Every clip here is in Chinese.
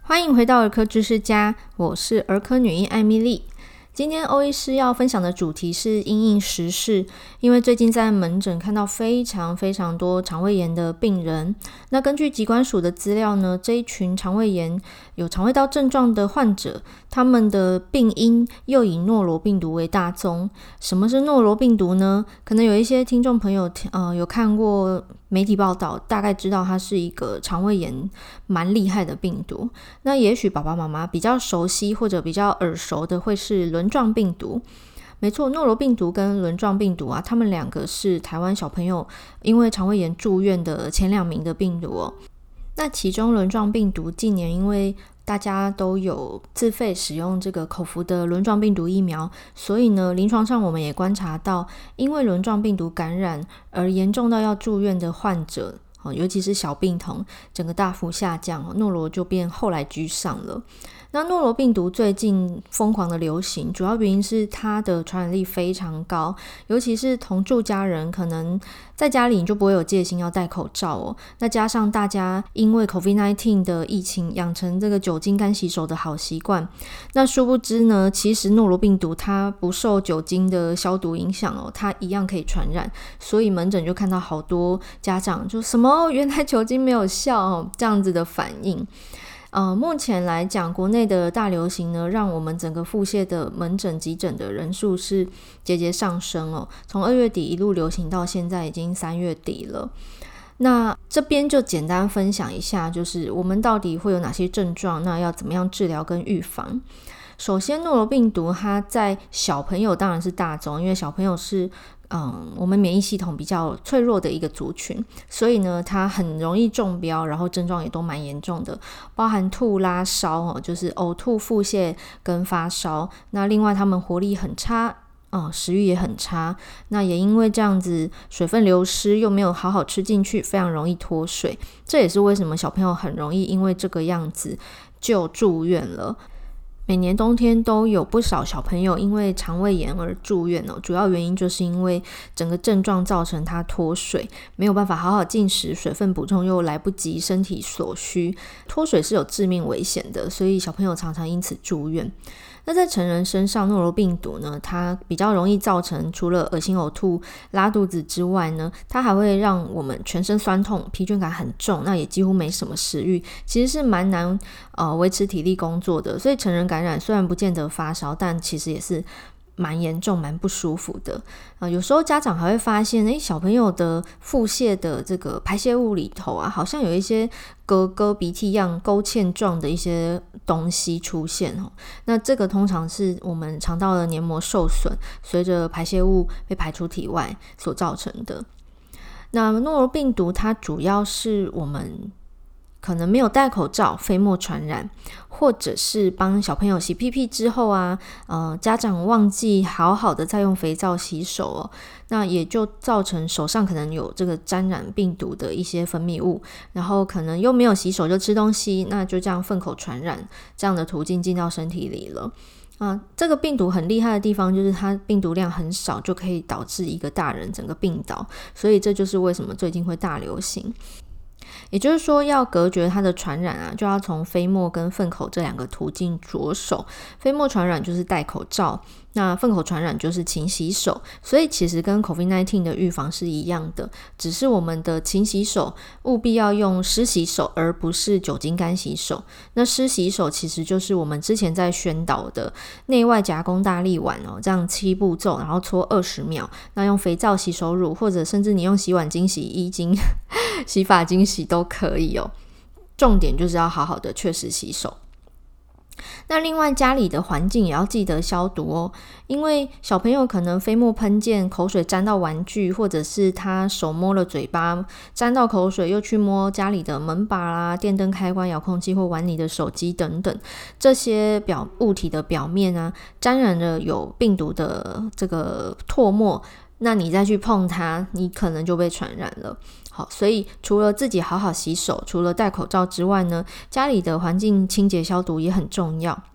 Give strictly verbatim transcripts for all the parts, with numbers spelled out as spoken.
欢迎回到儿科知识家，我是儿科女医艾米丽。今天欧医师要分享的主题是因应时事，因为最近在门诊看到非常非常多肠胃炎的病人。那根据疾管署的资料呢，这一群肠胃炎有肠胃道症状的患者，他们的病因又以诺罗病毒为大宗。什么是诺罗病毒呢？可能有一些听众朋友呃有看过媒体报道，大概知道它是一个肠胃炎蛮厉害的病毒。那也许爸爸妈妈比较熟悉或者比较耳熟的会是轮状病毒。没错，诺罗病毒跟轮状病毒啊，他们两个是台湾小朋友因为肠胃炎住院的前两名的病毒哦。那其中轮状病毒近年因为大家都有自费使用这个口服的轮状病毒疫苗，所以呢，临床上我们也观察到，因为轮状病毒感染而严重到要住院的患者，尤其是小病童，整个大幅下降，诺罗就变后来居上了。那诺罗病毒最近疯狂的流行，主要原因是它的传染力非常高，尤其是同住家人，可能在家里你就不会有戒心要戴口罩哦。那加上大家因为 COVID 十九 的疫情养成这个酒精干洗手的好习惯，那殊不知呢，其实诺罗病毒它不受酒精的消毒影响哦，它一样可以传染。所以门诊就看到好多家长就什么原来酒精没有效哦，这样子的反应。呃，目前来讲，国内的大流行呢，让我们整个腹泻的门诊急诊的人数是节节上升哦。从二月底一路流行到现在已经三月底了。那这边就简单分享一下，就是我们到底会有哪些症状，那要怎么样治疗跟预防。首先，诺罗病毒它在小朋友当然是大宗，因为小朋友是嗯，我们免疫系统比较脆弱的一个族群，所以呢，它很容易中标，然后症状也都蛮严重的，包含吐、拉、烧哦，就是呕吐、腹泻跟发烧。那另外他们活力很差，哦，食欲也很差。那也因为这样子，水分流失又没有好好吃进去，非常容易脱水。这也是为什么小朋友很容易因为这个样子就住院了。每年冬天都有不少小朋友因为肠胃炎而住院哦，主要原因就是因为整个症状造成他脱水，没有办法好好进食，水分补充又来不及身体所需，脱水是有致命危险的，所以小朋友常常因此住院。那在成人身上，诺罗病毒呢，它比较容易造成除了恶心呕吐、拉肚子之外呢，它还会让我们全身酸痛、疲倦感很重，那也几乎没什么食欲，其实是蛮难呃维持体力工作的。所以成人感染虽然不见得发烧，但其实也是蛮严重蛮不舒服的、呃、有时候家长还会发现诶小朋友的腹泻的这个排泄物里头啊，好像有一些咯咯鼻涕一样勾芡状的一些东西出现、哦、那这个通常是我们肠道的黏膜受损，随着排泄物被排出体外所造成的。那诺罗病毒它主要是我们可能没有戴口罩飞沫传染，或者是帮小朋友洗屁屁之后啊，呃，家长忘记好好的再用肥皂洗手哦，那也就造成手上可能有这个沾染病毒的一些分泌物，然后可能又没有洗手就吃东西，那就这样粪口传染，这样的途径进到身体里了。啊，这个病毒很厉害的地方就是它病毒量很少，就可以导致一个大人整个病倒，所以这就是为什么最近会大流行。也就是说，要隔绝它的传染啊，就要从飞沫跟粪口这两个途径着手。飞沫传染就是戴口罩，那粪口传染就是勤洗手，所以其实跟 COVID 十九 的预防是一样的，只是我们的勤洗手务必要用湿洗手，而不是酒精干洗手。那湿洗手其实就是我们之前在宣导的内外夹攻大力丸哦，这样七步骤，然后搓二十秒，那用肥皂、洗手乳，或者甚至你用洗碗巾、洗衣巾、洗发精洗都可以哦。重点就是要好好的确实洗手。那另外家里的环境也要记得消毒哦，因为小朋友可能飞沫喷溅，口水沾到玩具，或者是他手摸了嘴巴沾到口水，又去摸家里的门把啦、电灯开关、遥控器或玩你的手机等等，这些表物体的表面啊，沾染了有病毒的这个唾沫，那你再去碰它，你可能就被传染了。好，所以除了自己好好洗手，除了戴口罩之外呢，家里的环境清洁消毒也很重要。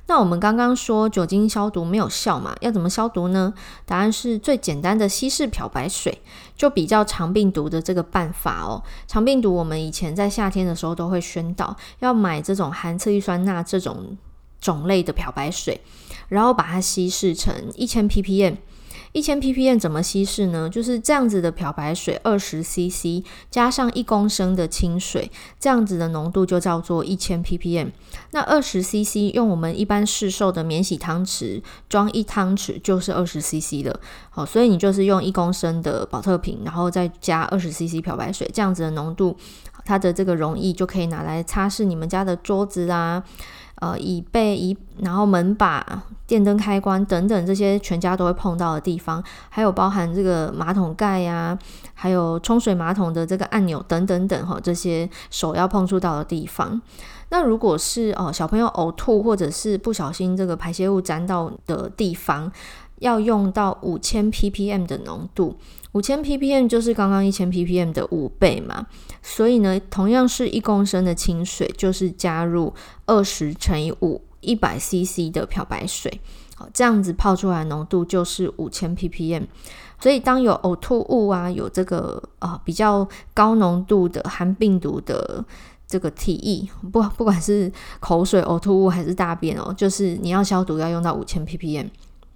那我们刚刚说酒精消毒没有效嘛，要怎么消毒呢？答案是最简单的稀释漂白水，就比较肠病毒的这个办法哦。肠病毒我们以前在夏天的时候都会宣导要买这种含侧氯酸钠这种种类的漂白水，然后把它稀释成一千 P P M。一千 P P M 怎么稀释呢？就是这样子的漂白水 二十 C C 加上一公升的清水，这样子的浓度就叫做一千 P P M。 那 二十 C C 用我们一般市售的免洗汤匙装一汤匙就是 二十 C C 了。好，所以你就是用一公升的保特瓶，然后再加 二十 C C 漂白水，这样子的浓度，它的这个溶液就可以拿来擦拭你们家的桌子啊、呃，椅背、椅，然后门把、电灯开关等等，这些全家都会碰到的地方，还有包含这个马桶盖呀、啊，还有冲水马桶的这个按钮等等等，这些手要碰触到的地方。那如果是、哦、小朋友呕吐或者是不小心这个排泄物沾到的地方，要用到五千 P P M 的浓度，五千 P P M 就是刚刚一千 P P M 的五倍嘛，所以呢，同样是一公升的清水，就是加入二十乘以五，一百 C C 的漂白水，好，这样子泡出来的浓度就是五千 P P M。所以当有呕吐物啊，有这个、呃、比较高浓度的含病毒的这个体液，不不管是口水、呕吐物还是大便哦，就是你要消毒要用到五千 P P M。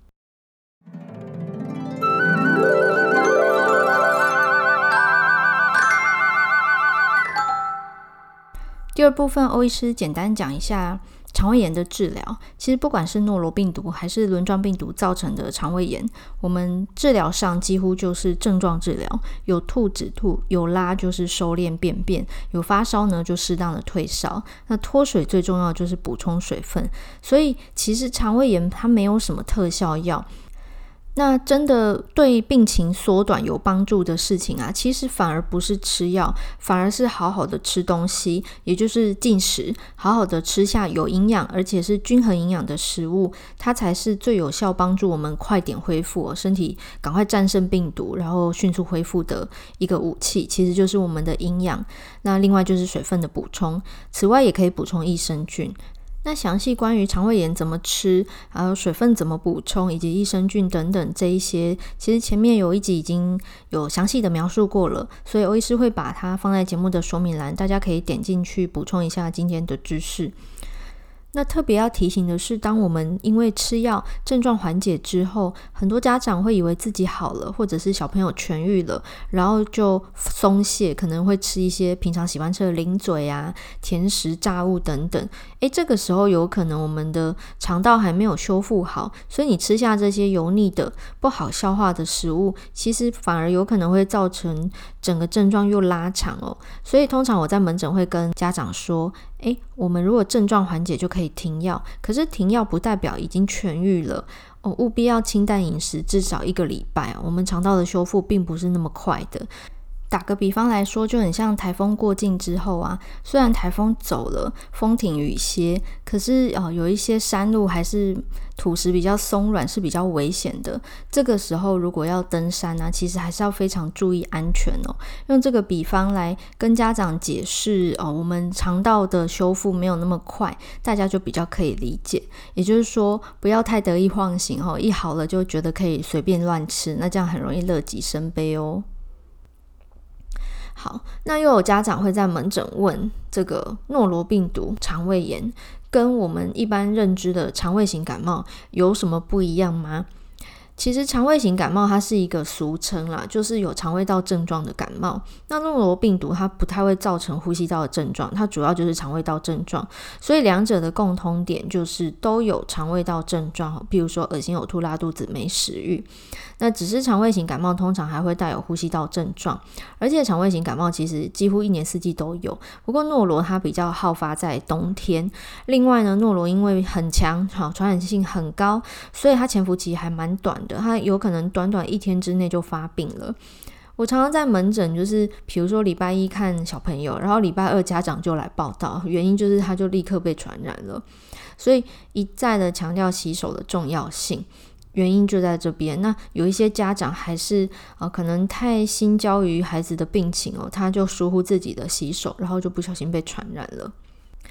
第二部分，欧医师简单讲一下肠胃炎的治疗。其实不管是诺罗病毒还是轮状病毒造成的肠胃炎，我们治疗上几乎就是症状治疗，有吐止吐，有拉就是收敛便便，有发烧呢就适当的退烧。那脱水最重要就是补充水分，所以其实肠胃炎它没有什么特效药。那真的对病情缩短有帮助的事情啊，其实反而不是吃药，反而是好好的吃东西，也就是进食，好好的吃下有营养而且是均衡营养的食物，它才是最有效帮助我们快点恢复，身体赶快战胜病毒，然后迅速恢复的一个武器，其实就是我们的营养。那另外就是水分的补充，此外也可以补充益生菌。那详细关于肠胃炎怎么吃，还有水分怎么补充，以及益生菌等等这一些，其实前面有一集已经有详细的描述过了，所以欧医师会把它放在节目的说明栏，大家可以点进去补充一下今天的知识。那特别要提醒的是，当我们因为吃药症状缓解之后，很多家长会以为自己好了，或者是小朋友痊愈了，然后就松懈，可能会吃一些平常喜欢吃的零嘴啊、甜食、炸物等等。诶，这个时候有可能我们的肠道还没有修复好，所以你吃下这些油腻的、不好消化的食物，其实反而有可能会造成整个症状又拉长哦。所以通常我在门诊会跟家长说，诶，我们如果症状缓解就可以停药，可是停药不代表已经痊愈了哦，务必要清淡饮食至少一个礼拜，我们肠道的修复并不是那么快的。打个比方来说，就很像台风过境之后啊，虽然台风走了，风停雨歇，可是、呃、有一些山路还是土石比较松软，是比较危险的。这个时候如果要登山啊，其实还是要非常注意安全哦。用这个比方来跟家长解释、哦、我们肠道的修复没有那么快，大家就比较可以理解。也就是说，不要太得意忘形哦，一好了就觉得可以随便乱吃，那这样很容易乐极生悲哦。好，那又有家长会在门诊问，这个诺罗病毒肠胃炎跟我们一般认知的肠胃型感冒有什么不一样吗？其实肠胃型感冒它是一个俗称啦，就是有肠胃道症状的感冒。那诺罗病毒它不太会造成呼吸道的症状，它主要就是肠胃道症状，所以两者的共通点就是都有肠胃道症状，比如说恶心、呕吐、拉肚子、没食欲。那只是肠胃型感冒通常还会带有呼吸道症状，而且肠胃型感冒其实几乎一年四季都有，不过诺罗它比较好发在冬天。另外呢，诺罗因为很强，传染性很高，所以它潜伏期还蛮短的，它有可能短短一天之内就发病了。我常常在门诊，就是比如说礼拜一看小朋友，然后礼拜二家长就来报道，原因就是他就立刻被传染了。所以一再的强调洗手的重要性，原因就在这边。那有一些家长还是、呃、可能太心焦于孩子的病情哦，他就疏忽自己的洗手，然后就不小心被传染了。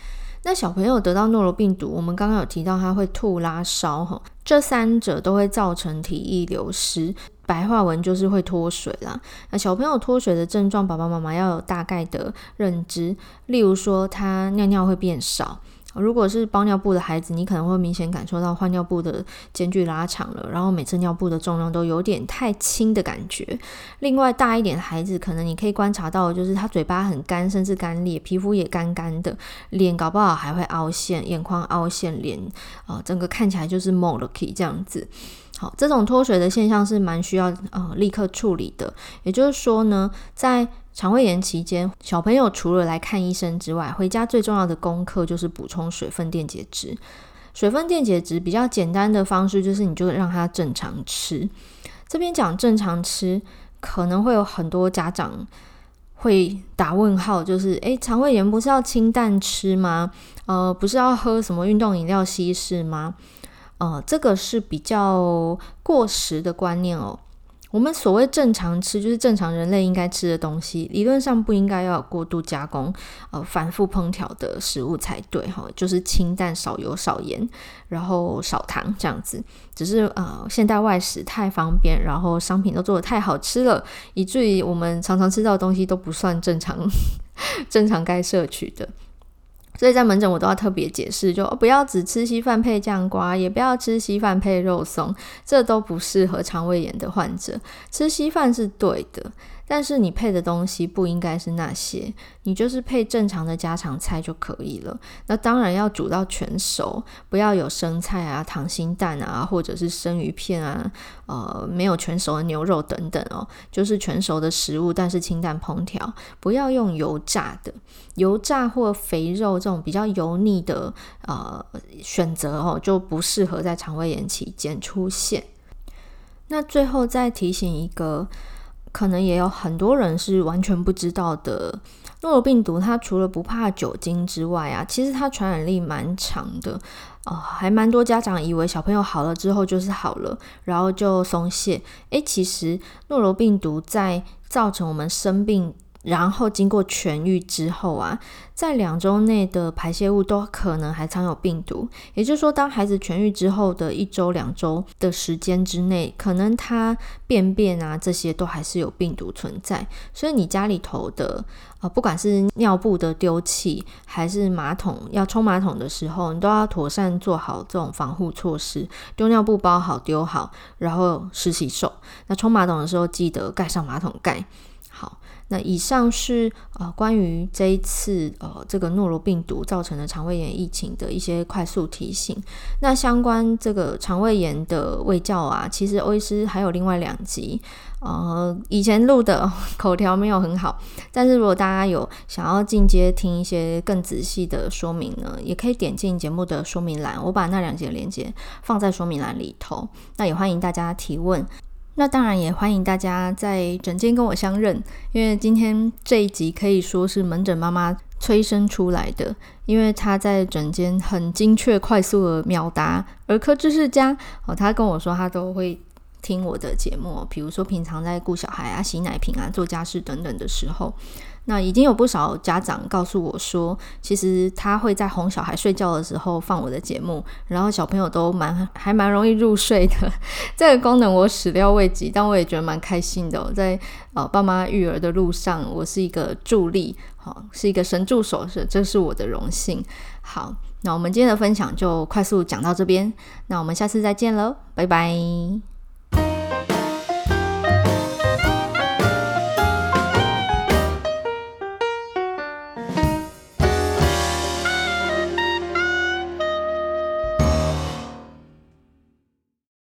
那小朋友得到诺如病毒，我们刚刚有提到他会吐拉烧，这三者都会造成体液流失，白话文就是会脱水啦。那小朋友脱水的症状，爸爸妈妈要有大概的认知，例如说他尿尿会变少，如果是包尿布的孩子，你可能会明显感受到换尿布的间距拉长了，然后每次尿布的重量都有点太轻的感觉。另外大一点的孩子，可能你可以观察到的就是他嘴巴很干，甚至干裂，皮肤也干干的，脸搞不好还会凹陷，眼眶凹陷，脸、呃、整个看起来就是mol了这样子。好，这种脱水的现象是蛮需要呃立刻处理的。也就是说呢，在肠胃炎期间，小朋友除了来看医生之外，回家最重要的功课就是补充水分电解质。水分电解质比较简单的方式就是你就让他正常吃。这边讲正常吃，可能会有很多家长会打问号，就是诶，肠胃炎不是要清淡吃吗？呃，不是要喝什么运动饮料稀释吗？呃，这个是比较过时的观念哦。我们所谓正常吃，就是正常人类应该吃的东西，理论上不应该要有过度加工、呃反复烹调的食物才对哈，就是清淡、少油、少盐，然后少糖这样子。只是呃，现代外食太方便，然后商品都做得太好吃了，以至于我们常常吃到的东西都不算正常，正常该摄取的。所以在门诊我都要特别解释，就不要只吃稀饭配酱瓜，也不要吃稀饭配肉松，这都不适合肠胃炎的患者。吃稀饭是对的，但是你配的东西不应该是那些，你就是配正常的家常菜就可以了。那当然要煮到全熟，不要有生菜啊、溏心蛋啊，或者是生鱼片啊，呃，没有全熟的牛肉等等哦，就是全熟的食物，但是清淡烹调，不要用油炸的。油炸或肥肉这种比较油腻的呃选择哦，就不适合在肠胃炎期间出现。那最后再提醒一个，可能也有很多人是完全不知道的，诺如病毒它除了不怕酒精之外啊，其实它传染力蛮强的。哦，还蛮多家长以为小朋友好了之后就是好了，然后就松懈。诶，其实诺如病毒在造成我们生病，然后经过痊愈之后啊，在两周内的排泄物都可能还藏有病毒。也就是说，当孩子痊愈之后的一周两周的时间之内，可能他便便啊这些都还是有病毒存在。所以你家里头的呃，不管是尿布的丢弃，还是马桶要冲马桶的时候，你都要妥善做好这种防护措施。丢尿布包好丢好，然后湿洗手。那冲马桶的时候记得盖上马桶盖。好，那以上是呃关于这一次呃这个诺如病毒造成的肠胃炎疫情的一些快速提醒。那相关这个肠胃炎的卫教啊，其实欧医师还有另外两集，呃以前录的口条没有很好，但是如果大家有想要进阶听一些更仔细的说明呢，也可以点进节目的说明栏，我把那两集的连结放在说明栏里头。那也欢迎大家提问。那当然也欢迎大家在诊间跟我相认，因为今天这一集可以说是门诊妈妈催生出来的，因为她在诊间很精确快速的秒答儿科知识家、哦、她跟我说她都会听我的节目，比如说平常在顾小孩啊、洗奶瓶啊、做家事等等的时候。那已经有不少家长告诉我说，其实他会在哄小孩睡觉的时候放我的节目，然后小朋友都蛮还蛮容易入睡的。这个功能我始料未及，但我也觉得蛮开心的、哦、在呃爸妈育儿的路上，我是一个助力、哦、是一个神助手，是这是我的荣幸。好，那我们今天的分享就快速讲到这边，那我们下次再见了，拜拜。